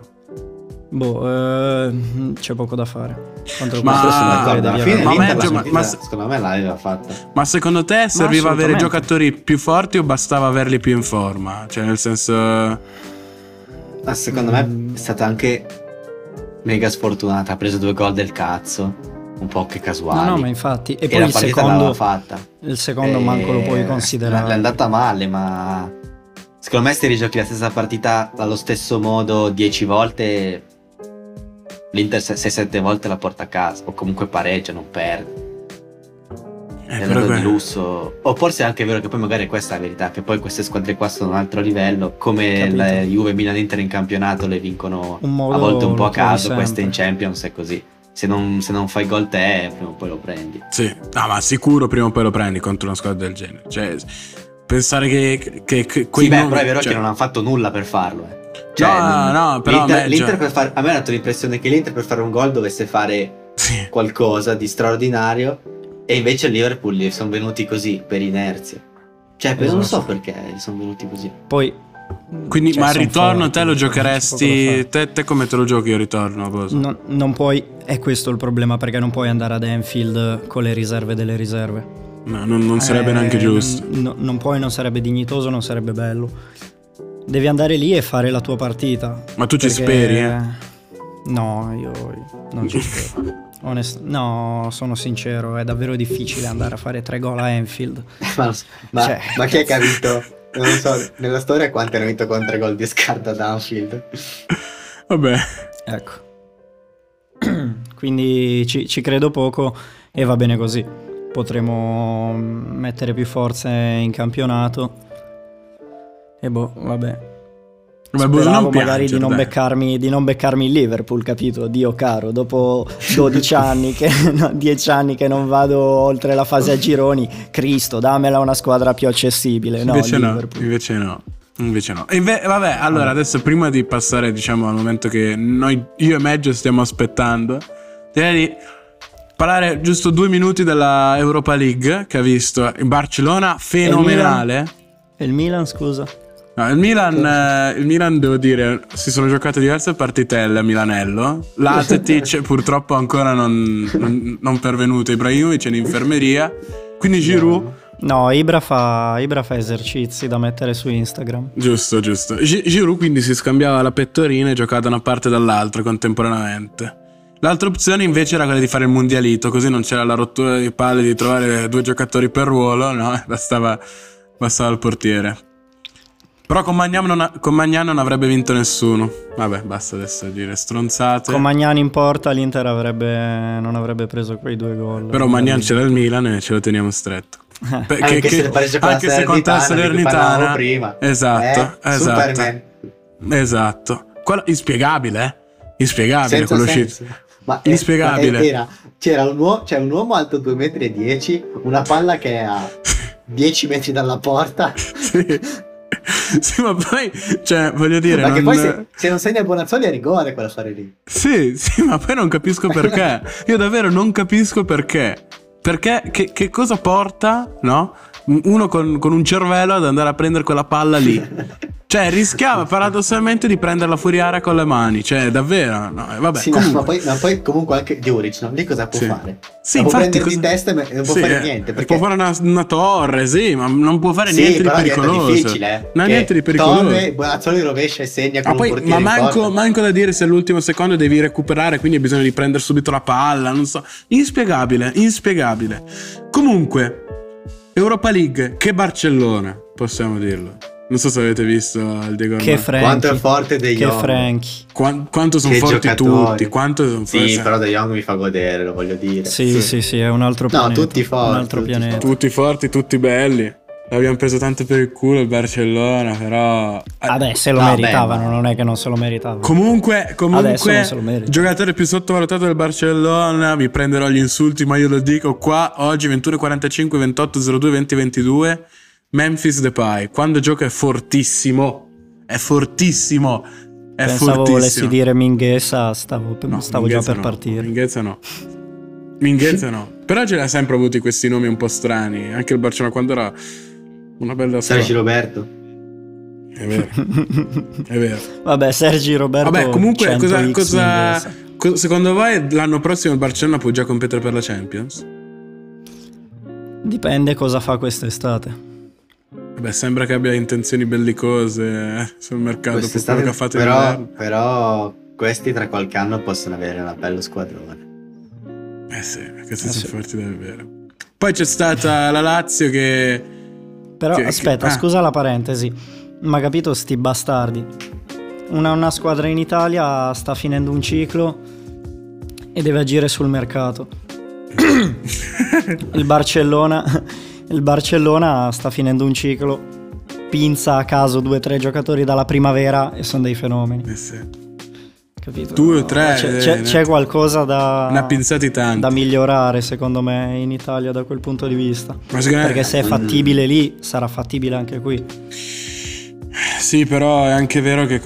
c'è poco da fare. Contro alla fine secondo me l'aveva fatta. Ma secondo te serviva avere giocatori più forti o bastava averli più in forma? Cioè, nel senso, ma secondo me è stata anche mega sfortunata, ha preso 2 gol del cazzo, un po' che casuali. No, ma infatti, e poi il secondo manco lo puoi considerare. È andata male, ma secondo me se rigiochi la stessa partita allo stesso modo 10 volte, l'Inter 6-7 volte la porta a casa, o comunque pareggia, non perde. È andato di lusso. O forse è anche vero che poi magari questa è la verità, che poi queste squadre qua sono a un altro livello, come la Juve, Milan, Inter in campionato le vincono a volte un po' a caso, queste in Champions è così. Se non fai gol te, prima o poi lo prendi. Sì, ma sicuro prima o poi lo prendi contro una squadra del genere. Cioè, pensare che sì, però è vero che non hanno fatto nulla per farlo. Cioè, no, però l'Inter a me ha dato l'impressione che l'Inter per fare un gol dovesse fare qualcosa di straordinario, e invece il Liverpool gli sono venuti così per inerzia. Cioè, non so perché gli sono venuti così. Poi quindi, ma al ritorno forti, te lo giocheresti? Te come te lo giochi al ritorno? Non puoi, è questo il problema, perché non puoi andare ad Anfield con le riserve delle riserve. No, non sarebbe neanche giusto. Non puoi, non sarebbe dignitoso, non sarebbe bello. Devi andare lì e fare la tua partita. Ma tu ci speri? No, io non ci spero. No, sono sincero, è davvero difficile andare a fare 3 gol a Anfield. ma chi è che ha vinto? Non so, nella storia quanti hanno vinto con 3 gol di scarto ad Anfield? Vabbè. Ecco. Quindi ci credo poco e va bene così. Potremo mettere più forze in campionato. E vabbè. Speravo magari di non beccarmi il Liverpool, capito? Dio caro, dopo 10 anni che non vado oltre la fase a gironi, Cristo, dammela una squadra più accessibile. No, invece no. Vabbè, allora adesso prima di passare, diciamo, al momento che io e Meggio stiamo aspettando, direi di parlare giusto 2 minuti della Europa League, che ha visto in Barcellona fenomenale. E il Milan, scusa? No, il Milan, devo dire, si sono giocate diverse partitelle a Milanello. L'Atletico purtroppo ancora non pervenuto. Ibrahimovic è in infermeria. Quindi Giroud. No, Ibra fa esercizi da mettere su Instagram. Giusto. Giroud quindi si scambiava la pettorina e giocava da una parte e dall'altra contemporaneamente. L'altra opzione invece era quella di fare il mondialito, così non c'era la rottura di palle di trovare 2 giocatori per ruolo, no? Bastava il portiere. Però con Maignan non avrebbe vinto nessuno. Vabbè, basta adesso dire stronzate. Con Maignan in porta l'Inter non avrebbe preso quei 2 gol. Però Maignan c'era il Milan e ce lo teniamo stretto. Anche se conta la Salernitana prima. Esatto. Quello inspiegabile, senza quello senso. Ma inspiegabile. C'era un uomo alto 2,10 metri, una palla che è a 10 metri dalla porta. Sì, ma poi, cioè, voglio dire, perché poi se non segna Bonazzoli è rigore quell'affare lì. Sì, ma poi non capisco perché. Io davvero non capisco perché. Perché che cosa porta, no? uno con un cervello ad andare a prendere quella palla lì. Cioè rischiava paradossalmente di prenderla fuori area con le mani. Cioè davvero no, vabbè, sì, ma poi comunque anche Djuric, no? Lì cosa può fare? Sì, può infatti prenderti in testa e non può fare niente, perché... può fare una torre, sì, ma non può fare niente di pericoloso. Difficile, non è niente di pericoloso. Torre, Bonazzoli rovescia e segna con un portiere. Ma manco da dire se all'ultimo secondo devi recuperare, quindi hai bisogno di prendere subito la palla, non so. Inspiegabile. Comunque, Europa League, che Barcellona, possiamo dirlo. Non so se avete visto il Diego Armando. Che Franchi. Quanto è forte De Jong. Che Franchi. Quanto sono forti tutti. Quanto sono sì, forti. Però De Jong mi fa godere, lo voglio dire. Sì, è un altro pianeta. No, tutti forti. Un altro pianeta. Tutti forti, tutti belli. L'abbiamo preso tanto per il culo il Barcellona, però... Vabbè, se lo meritavano, non è che non se lo meritavano. Comunque adesso non se lo meritano. Giocatore più sottovalutato del Barcellona, mi prenderò gli insulti, ma io lo dico qua, oggi 21:45, 28:02, 20:22, Memphis Depay, quando gioca è fortissimo. Pensavo volessi dire Minghesa, stavo già per partire. Minghesa no. Però ce l'ha sempre avuti questi nomi un po' strani, anche il Barcellona quando era una bella squadra. Sergi Roberto. È vero. Vabbè, Sergi Roberto. Vabbè, comunque cosa secondo voi l'anno prossimo il Barcellona può già competere per la Champions? Dipende cosa fa quest'estate. Vabbè, sembra che abbia intenzioni bellicose sul mercato, quello che ha fatto però questi tra qualche anno possono avere una bella squadrone. Sì, questi sono forti davvero. Poi c'è stata la Lazio che... Però aspetta, scusa la parentesi, ma capito sti bastardi. Una squadra in Italia sta finendo un ciclo e deve agire sul mercato. Il Barcellona sta finendo un ciclo, pinza a caso 2 o 3 giocatori dalla primavera e sono dei fenomeni. Sì. Capito? 2 o 3 c'è qualcosa da migliorare secondo me in Italia da quel punto di vista, perché se è fattibile lì sarà fattibile anche qui. Sì, però è anche vero che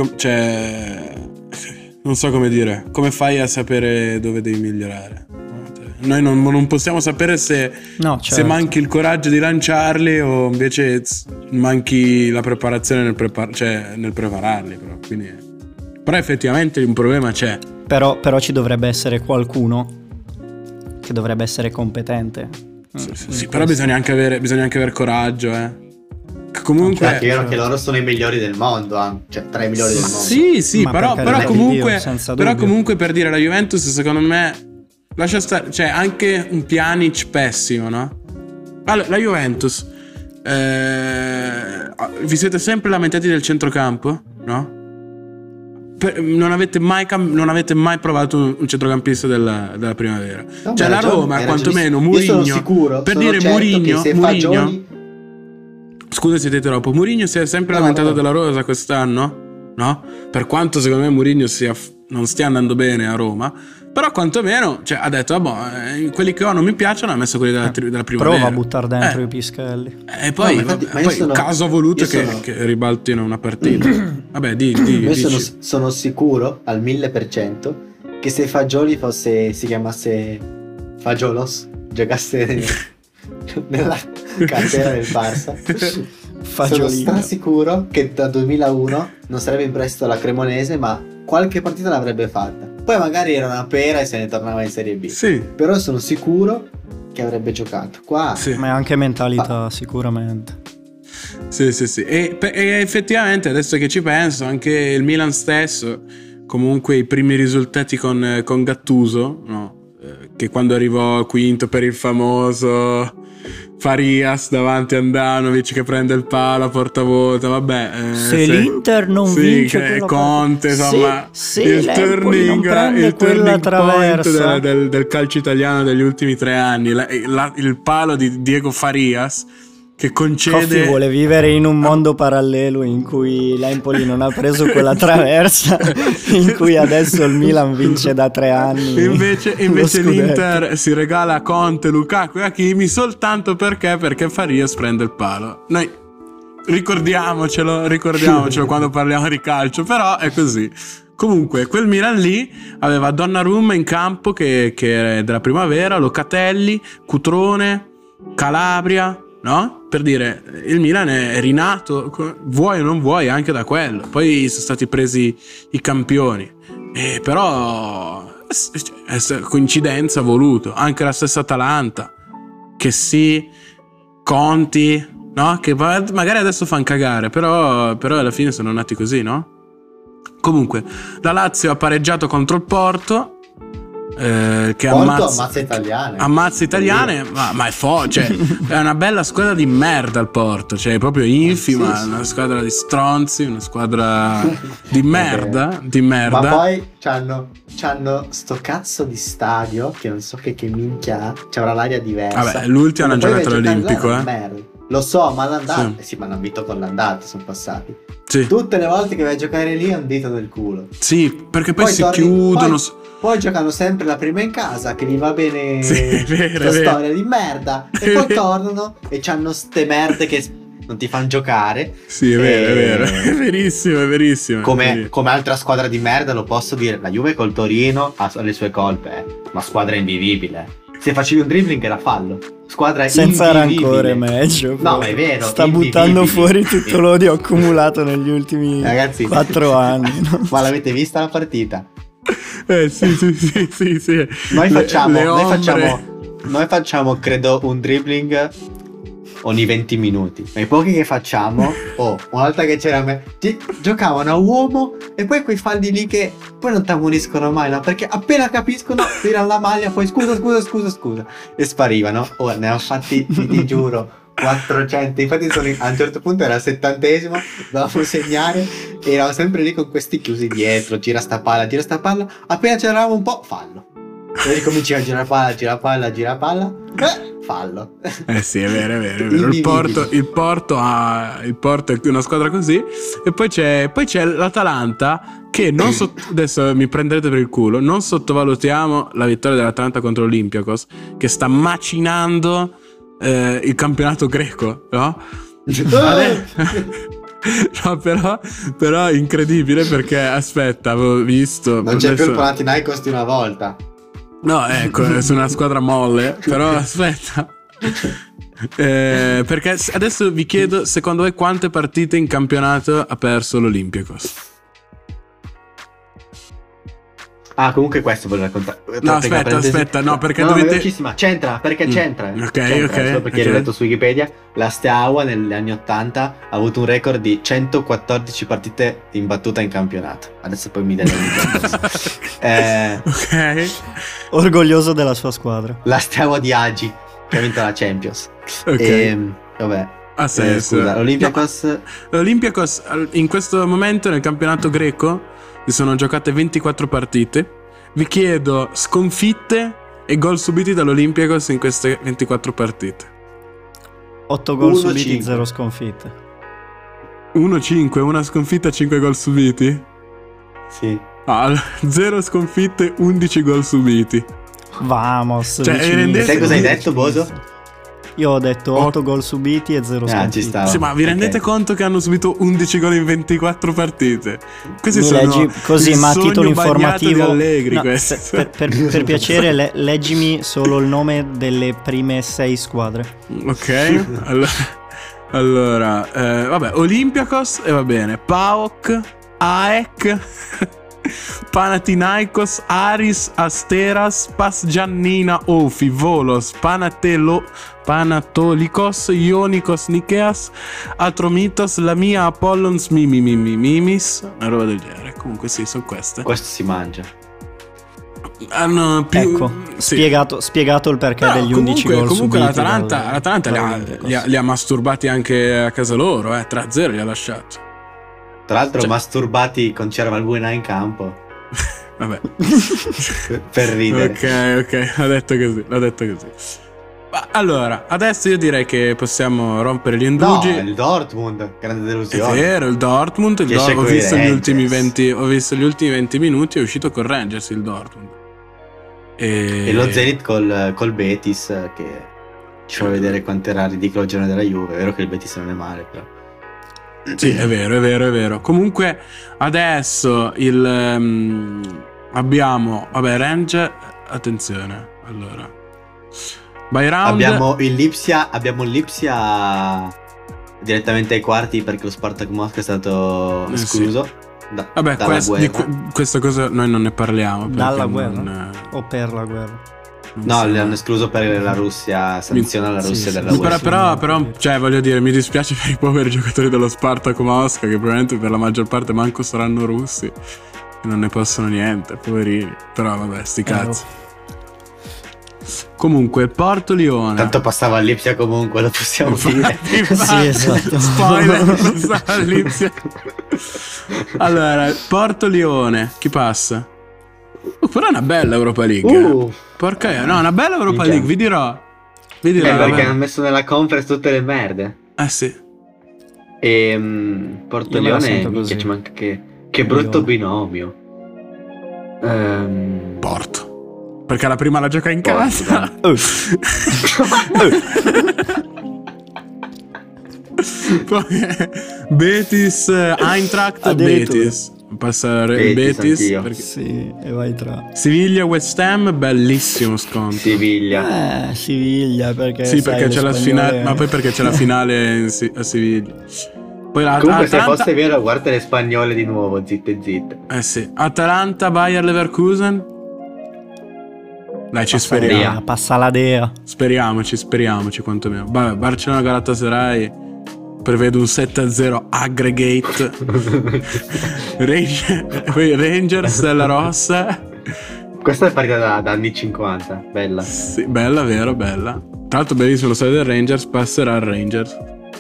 non so come dire, come fai a sapere dove devi migliorare? Noi non possiamo sapere se manchi il coraggio di lanciarli o invece manchi la preparazione nel prepararli, però effettivamente un problema c'è. Però ci dovrebbe essere qualcuno che dovrebbe essere competente. Sì, però bisogna anche avere coraggio, Comunque è vero che loro sono i migliori del mondo, cioè tra i migliori del mondo. Sì, però comunque per dire la Juventus secondo me lascia stare, cioè anche un Pjanic pessimo, no? Allora, la Juventus vi siete sempre lamentati del centrocampo, no? Non avete mai provato un centrocampista della primavera. No, cioè la Roma quantomeno Mourinho, per dire Mourinho, scusa se ti interrompo, Mourinho si è sempre lamentato della rosa quest'anno, no? Per quanto secondo me Mourinho non stia andando bene a Roma, però quantomeno ha detto quelli che ho non mi piacciono, ha messo quelli della primavera. Prova a buttare dentro i Pischelli. E poi, il caso ha voluto che ribaltino una partita. Vabbè, sono sicuro al 1000% che se Fagioli si chiamasse Fagiolos, giocasse nella carriera del Barça, sono strasicuro che da 2001 non sarebbe in prestito alla Cremonese, ma qualche partita l'avrebbe fatta. Poi magari era una pera e se ne tornava in Serie B. Sì. Però sono sicuro che avrebbe giocato qua. Sì. Ma è anche mentalità, sicuramente. Sì. E effettivamente adesso che ci penso, anche il Milan stesso, comunque i primi risultati con Gattuso, no? Che quando arrivò quinto per il famoso Farias davanti a Andanovic che prende il palo a portavuta, vabbè, se l'Inter non vince Conte, insomma, il turning point del calcio italiano degli ultimi 3 anni, il palo di Diego Farias che concede. Coffi vuole vivere in un mondo parallelo in cui l'Empoli non ha preso quella traversa, in cui adesso il Milan vince da 3 anni. Invece l'Inter si regala a Conte, Lukaku e Hakimi soltanto perché Farias prende il palo. Noi ricordiamocelo quando parliamo di calcio, però è così. Comunque quel Milan lì aveva Donnarumma in campo che era della primavera, Locatelli, Cutrone, Calabria, no? per dire, il Milan è rinato, vuoi o non vuoi, anche da quello. Poi sono stati presi i campioni, però è coincidenza voluto. Anche la stessa Atalanta, che sì, Conti, no? Che magari adesso fanno cagare, però alla fine sono nati così, no? Comunque, la Lazio ha pareggiato contro il Porto, che Porto ammazza italiane, ma è cioè, è una bella squadra di merda il Porto, cioè è proprio infima, sì. Una squadra di stronzi, una squadra di merda, ma poi c'hanno sto cazzo di stadio che non so che minchia ha, c'avrà l'aria diversa. Vabbè, l'ultimo hanno giocato all'Olimpico, lo so, ma l'andata sì. Sì, ma hanno vinto con l'andata, sono passati. Sì. Tutte le volte che vai a giocare lì è un dito nel culo. Sì, perché poi si chiudono. Poi giocano sempre la prima in casa, che gli va bene, sì, è vero, storia di merda. E poi tornano e c'hanno ste merde che non ti fanno giocare. Sì, è vero, è verissimo. Come altra squadra di merda, lo posso dire, la Juve col Torino ha le sue colpe, ma squadra invivibile. Se facevi un dribbling era fallo. Squadra senza invivibile. rancore, meglio. No, ma è vero. Sta buttando fuori tutto l'odio accumulato negli ultimi 4 anni. No? Ma l'avete vista la partita? Sì. Noi facciamo credo un dribbling ogni 20 minuti. Ma i pochi che facciamo, una volta che c'era giocavano a uomo e poi quei falli lì che poi non ti ammoniscono mai, no? Perché appena capiscono tirano la maglia, poi scusa e sparivano. Ne ho fatti, ti giuro, 400. Infatti a un certo punto era il 70esimo, dovevamo segnare e eravamo sempre lì con questi chiusi dietro, gira sta palla, appena c'eravamo un po', fallo. E ricominci a girare palla, fallo. Sì, è vero. Il Porto è una squadra così. E poi c'è l'Atalanta che adesso mi prenderete per il culo. Non sottovalutiamo la vittoria dell'Atalanta contro l'Olympiakos, che sta macinando il campionato greco, no? No, però è incredibile, perché aspetta, avevo visto. Non c'è più il Panathinaikos di una volta. No, ecco, sono una squadra molle. Però aspetta, perché adesso vi chiedo, secondo voi quante partite in campionato ha perso l'Olympiakos? Comunque questo volevo raccontare. No, aspetta, no, perché dovete. C'entra. Ok. Solo perché ho letto su Wikipedia, la Steaua negli anni 80 ha avuto un record di 114 partite imbattuta in campionato. Adesso poi mi dai ok. Orgoglioso della sua squadra. La Steaua di Agi, che ha vinto la Champions. Ok. Vabbè. Scusa, l'Olympiakos in questo momento nel campionato greco si sono giocate 24 partite. Vi chiedo sconfitte e gol subiti dall'Olympiakos in queste 24 partite. 8 gol subiti, 0 sconfitte. 1-5, una sconfitta, 5 gol subiti? Sì. 0 sconfitte, 11 gol subiti. Vamos. Sai cosa hai detto, Boso? Io ho detto 8 gol subiti e 0 sconfitte. Sì, ma vi rendete conto che hanno subito 11 gol in 24 partite? Questi mi sono leggi così, ma a titolo informativo Allegri, per piacere leggimi solo il nome delle prime 6 squadre. Ok. Allora vabbè, Olympiakos e va bene, PAOK, AEK, Panathinaikos, Aris, Asteras, Pasgiannina, Ofi, Volos, Panatolikos, Ionikos, Nikeas, Atromitos, Lamia, Apollons, Mimis, una roba del genere. Comunque sì, sono queste. Questo si mangia. Hanno più, ecco, sì. spiegato il perché degli 11 gol comunque subiti. l'Atalanta li ha masturbati anche a casa loro, 3-0 li ha lasciato. Tra l'altro masturbati con Cervalbuena in campo. Vabbè. Per ridere. Ok, l'ha detto così. Allora, adesso io direi che possiamo rompere gli indugi. No, il Dortmund, grande delusione. È vero, il Dortmund. Ho visto gli ultimi 20 minuti, è uscito con Rangers il Dortmund. E lo Zenit col Betis, che ci fa vedere quanto era ridicolo il giorno della Juve. È vero che il Betis non è male, però. Sì, è vero. Comunque adesso abbiamo, vabbè, Ranger, attenzione. Allora, By round Abbiamo il Lipsia direttamente ai quarti perché lo Spartak Mosca è stato escluso. Vabbè, questa cosa noi non ne parliamo. Dalla guerra? O per la guerra? No, li hanno escluso per la Russia, sanziona la Russia della UEFA. Però, cioè, voglio dire, mi dispiace per i poveri giocatori dello Spartak Mosca, che probabilmente per la maggior parte manco saranno russi e non ne possono niente, poverini. Però vabbè, sti cazzi. Comunque, Porto Lione. Tanto passava al Lipsia comunque, lo possiamo dire. Sì, esatto. Spoiler, passava al Lipsia. Allora, Porto Lione, chi passa? Però è una bella Europa League. Porca, no, una bella Europa League, vi dirò. Perché hanno messo nella conference tutte le merde. Sì. E Porto Lione, minchia, ci manca che brutto binomio. Porto. Perché la prima la gioca in casa. Poi Betis, Eintracht, Betis. Passa Betis perché... Sì, e vai tra Siviglia, West Ham, bellissimo scontro. Siviglia perché sì, perché c'è la finale, ma poi perché c'è la finale a Siviglia. Poi comunque se fosse vero, guarda le spagnole di nuovo, zitte. Sì. Atalanta, Bayer Leverkusen. Dai, ci speriamo. Passa la Dea. Speriamoci quantomeno. Vabbè, Barcellona Galatasaray, prevedo un 7-0 aggregate. Poi Rangers della Rossa. Questa è partita da anni 50, bella. Sì, bella, vero, bella. Tra l'altro bellissimo lo stadio del Rangers, passerà al Rangers.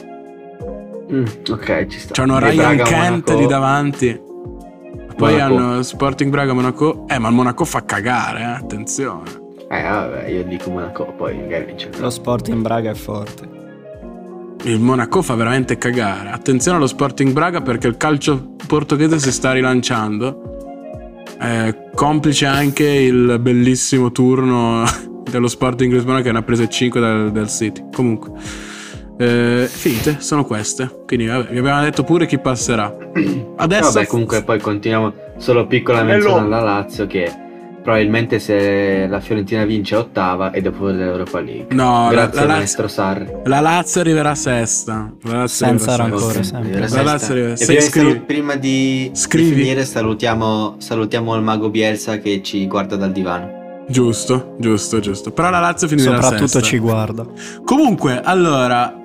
Ok, ci sta. C'hanno Ryan Kent lì davanti. Poi hanno Sporting Braga, Monaco. Ma il Monaco fa cagare, attenzione. Vabbè, io dico Monaco, poi magari vince. Lo Sporting Braga è forte. Il Monaco fa veramente cagare. Attenzione allo Sporting Braga perché il calcio portoghese si sta rilanciando. Complice anche il bellissimo turno dello Sporting Lisbona che ne ha prese 5 dal City. Comunque finite, sono queste. Quindi vabbè, vi abbiamo detto pure chi passerà. Adesso vabbè, comunque poi continuiamo. Solo piccola menzione alla Lazio, che probabilmente se la Fiorentina vince ottava e dopo dell'Europa League. No, grazie maestro Sarri. La Lazio arriverà sesta. Senza rancore sempre. La Lazio arriverà sesta. Prima di finire salutiamo il mago Bielsa che ci guarda dal divano. Giusto. Però la Lazio finirà soprattutto sesta. Ci guarda. Comunque, allora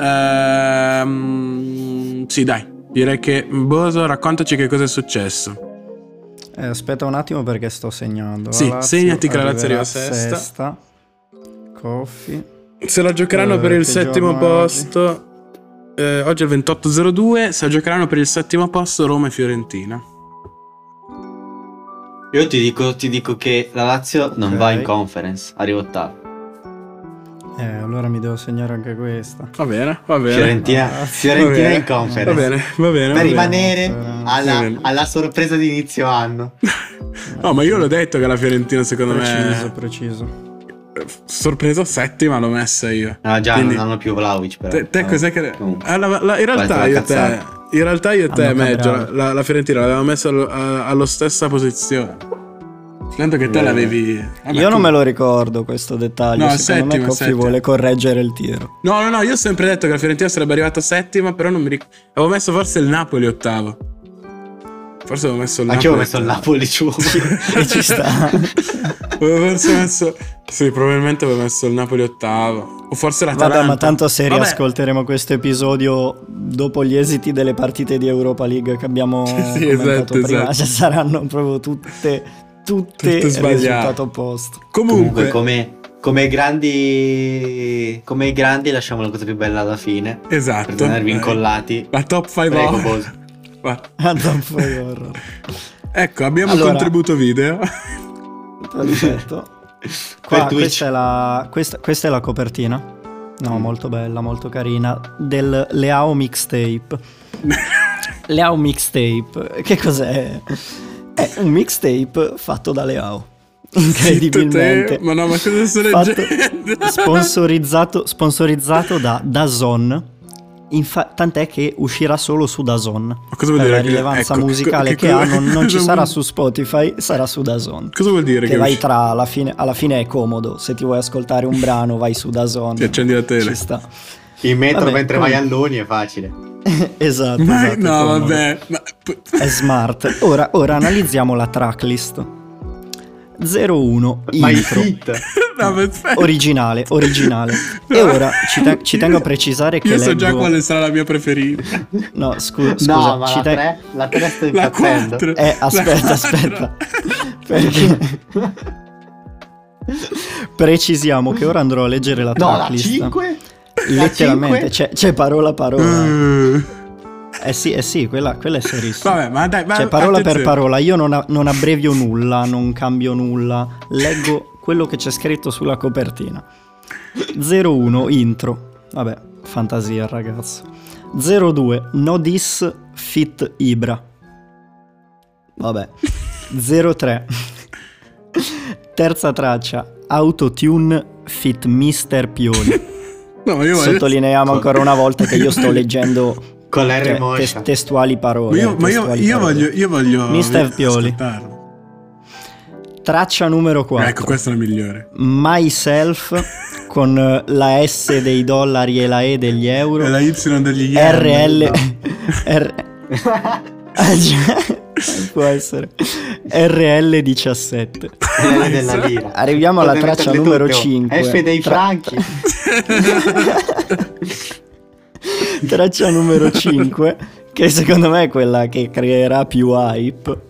sì, dai. Direi che Boso, raccontaci che cosa è successo. Aspetta un attimo perché sto segnando. Sì, segnati che la Lazio arriva sesta. Coffi. Se la giocheranno per il settimo posto. Oggi è il 28:02. Se la giocheranno per il settimo posto Roma e Fiorentina. Io ti dico che la Lazio non va in conference, arriva ottava. Allora mi devo segnare anche questa. Va bene. Fiorentina in conference. Va bene. Per rimanere alla sorpresa di inizio anno. No, ma io l'ho detto che la Fiorentina secondo me preciso. Sorpresa settima l'ho messa io. Ah già, quindi non hanno più Vlahovic però. Te cos'è che in realtà io e te Meggio la Fiorentina l'avevamo messa allo stessa posizione. Tanto che te l'avevi. Io non me lo ricordo questo dettaglio. No, secondo me Coffi vuole correggere il tiro. No, io ho sempre detto che la Fiorentina sarebbe arrivata settima, però non mi ricordo. Avevo messo forse il Napoli ottavo. Forse avevo messo il Napoli. Anche avevo messo il Napoli giù. Ci sta. Sì, probabilmente avevo messo il Napoli ottavo. O forse l'Atalanta. Vabbè, ma tanto se riascolteremo questo episodio dopo gli esiti delle partite di Europa League che abbiamo commentato prima, ci saranno proprio tutte risultato opposto. Comunque come grandi lasciamo la cosa più bella alla fine. Esatto. Per tenervi incollati. La top 5 horror. Ecco, abbiamo un contributo video. Perfetto. Questa è la copertina. No, molto bella, molto carina. Del Leao Mixtape. Leao Mixtape. Che cos'è? È un mixtape fatto da Leao. Incredibilmente. Ma no, ma cosa sto leggendo? Sponsorizzato da DAZN. tant'è che uscirà solo su DAZN. Ma cosa vuol Per dire? la rilevanza Ecco, musicale che ha, non ci sarà su Spotify, sarà su DAZN. Cosa vuol dire? Che vai alla fine è comodo. Se ti vuoi ascoltare un brano, vai su DAZN. Ti accendi la tele. Ci sta. In metro Vabbè, mentre vai a Luni è facile. Esatto. Ma esatto, no, comodo. vabbè. È smart. Ora analizziamo la tracklist. 01 Ma il intro. fit. No, ma aspetta. Originale. E ora ci tengo a precisare che Io so già leggo... quale sarà la mia preferita. No, scusa, No, ma ci la 3 sto La impazzendo. 4. aspetta. Perché precisiamo che ora andrò a leggere la No, la tracklist. 5? Letteralmente c'è parola. Mm. Sì, quella è serissima. Vabbè, ma dai, Cioè, parola per attenzione. parola, io non abbrevio nulla, non cambio nulla, leggo quello che c'è scritto sulla copertina. 01 intro, vabbè, fantasia ragazzo. 02 No Diss Fit Ibra, vabbè. 03 terza traccia Autotune Fit Mister Pioli. No, ma io voglio... Sottolineiamo ancora una volta che io sto leggendo Con l'R cioè, moscia. testuali parole. Ma io voglio Mister Pioli. ascoltarlo. Traccia numero 4. Ecco, questa è la migliore. Myself con la S dei dollari e la E degli euro. E la Y degli yen. RL No. può essere RL17. Quella della lira. Arriviamo alla Potete traccia metterle numero tutte, oh. 5. F dei franchi. Traccia numero 5, che secondo me è quella che creerà più hype.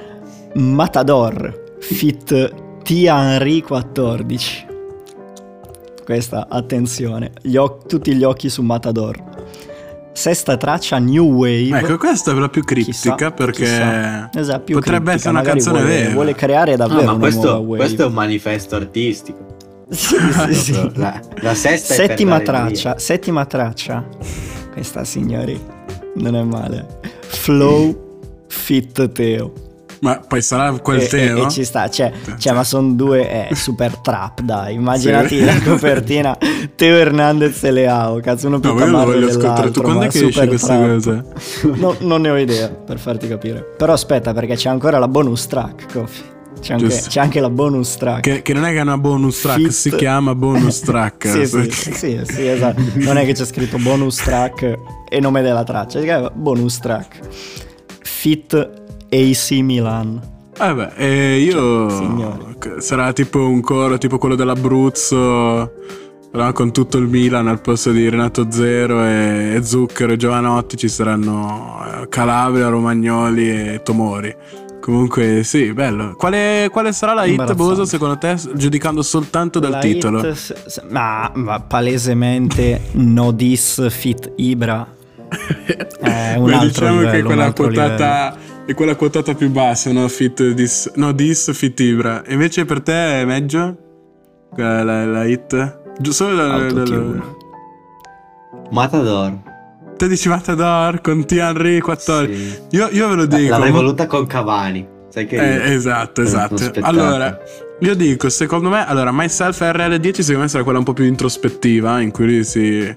Matador Fit T. Henry 14. Questa, attenzione, tutti gli occhi su Matador. Sesta traccia New Wave. Ecco, questa è la più criptica Chissà, perché chissà. Esatto, più potrebbe criptica, essere una magari canzone vera. vuole creare davvero No, ma una nuova questo, wave. questo è un manifesto artistico. Sì. La sesta è per Settima traccia. Questa, signori, non è male. Flow Fit Teo. Ma poi sarà quel Teo? E ci sta, cioè, ma sono due super trap, dai. Immaginati la copertina Teo Hernandez e Leao. Cazzo, uno più No, ma io lo tamarro voglio ascoltare. Tu dell'altro, quando è ma che esce super questa trap. cosa? No, non ne ho idea, per farti capire. Però aspetta, perché c'è ancora la bonus track, Kofi. Giusto. C'è anche la bonus track. Che non è che è una bonus track, Fit- si chiama bonus track. sì, esatto. Non è che c'è scritto bonus track e nome della traccia, si chiama bonus track. Fit AC Milan. Io Signori. sarà tipo un coro tipo quello dell'Abruzzo, però con tutto il Milan al posto di Renato Zero e Zucchero e Giovanotti ci saranno Calabria, Romagnoli e Tomori. Comunque sì, bello. Quale sarà la hit, Imbarazzante. Boso, secondo te, giudicando soltanto dal La titolo? hit, ma palesemente No Diss Fit Ibra. È un Beh, altro diciamo livello, che un quella altro quotata è quella quotata più bassa, no? Diss Fit Ibra. E invece per te è meglio la hit? Solo Autotune. Matador. Te dici Matador con T. Henry 14. Sì. Io ve lo dico. L'avrei voluta con Cavani. Sai che Esatto. uno spettacolo. Allora, io dico, secondo me, allora, Myself RL10 secondo me sarà quella un po' più introspettiva, in cui lui si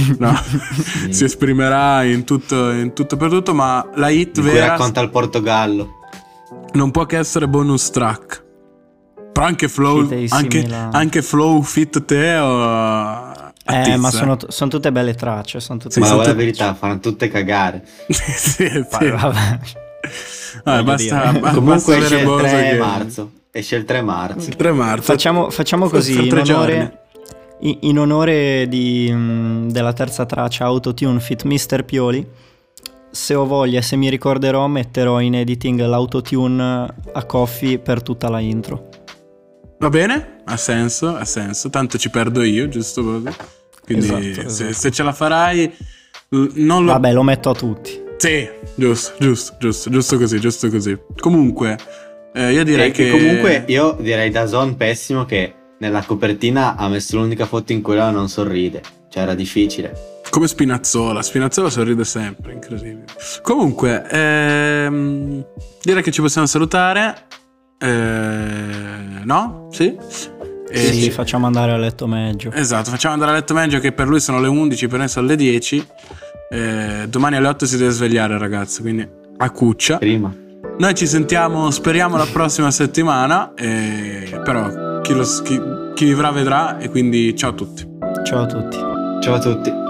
esprimerà in tutto per tutto, ma la hit di cui vera racconta il Portogallo. non può che essere bonus track. Però anche Flow, Fit AC Milan. anche Flow Fit Teo. Ma sono tutte belle tracce. Sono tutte Ma sono la tutti- verità, faranno tutte cagare. sì. Vabbè. Voglio Basta, dire. Comunque basta esce avere il Boso 3 che- marzo. Esce il 3 marzo. Il 3 marzo. Facciamo così, Fra 3 giorni. in onore della terza traccia Autotune Fit Mister Pioli. Se ho voglia, se mi ricorderò, metterò in editing l'autotune a Coffee per tutta la intro. Va bene? Ha senso. Tanto ci perdo io, giusto? Boso? Quindi Esatto. se ce la farai, non lo... Vabbè, lo metto a tutti. Sì, giusto così. Comunque, io direi che... comunque io direi DAZN pessimo che nella copertina ha messo l'unica foto in cui lei non sorride. Cioè era difficile. Come Spinazzola sorride sempre, incredibile. Comunque, direi che ci possiamo salutare. No? Sì? Sì, facciamo andare a letto meglio. Esatto, facciamo andare a letto meglio, che per lui sono le 11, per noi sono le 10. Domani alle 8 si deve svegliare, ragazzi, quindi a cuccia. Prima. Noi ci sentiamo, speriamo, la prossima settimana, però chi vivrà vedrà, e quindi ciao a tutti. Ciao a tutti. Ciao a tutti.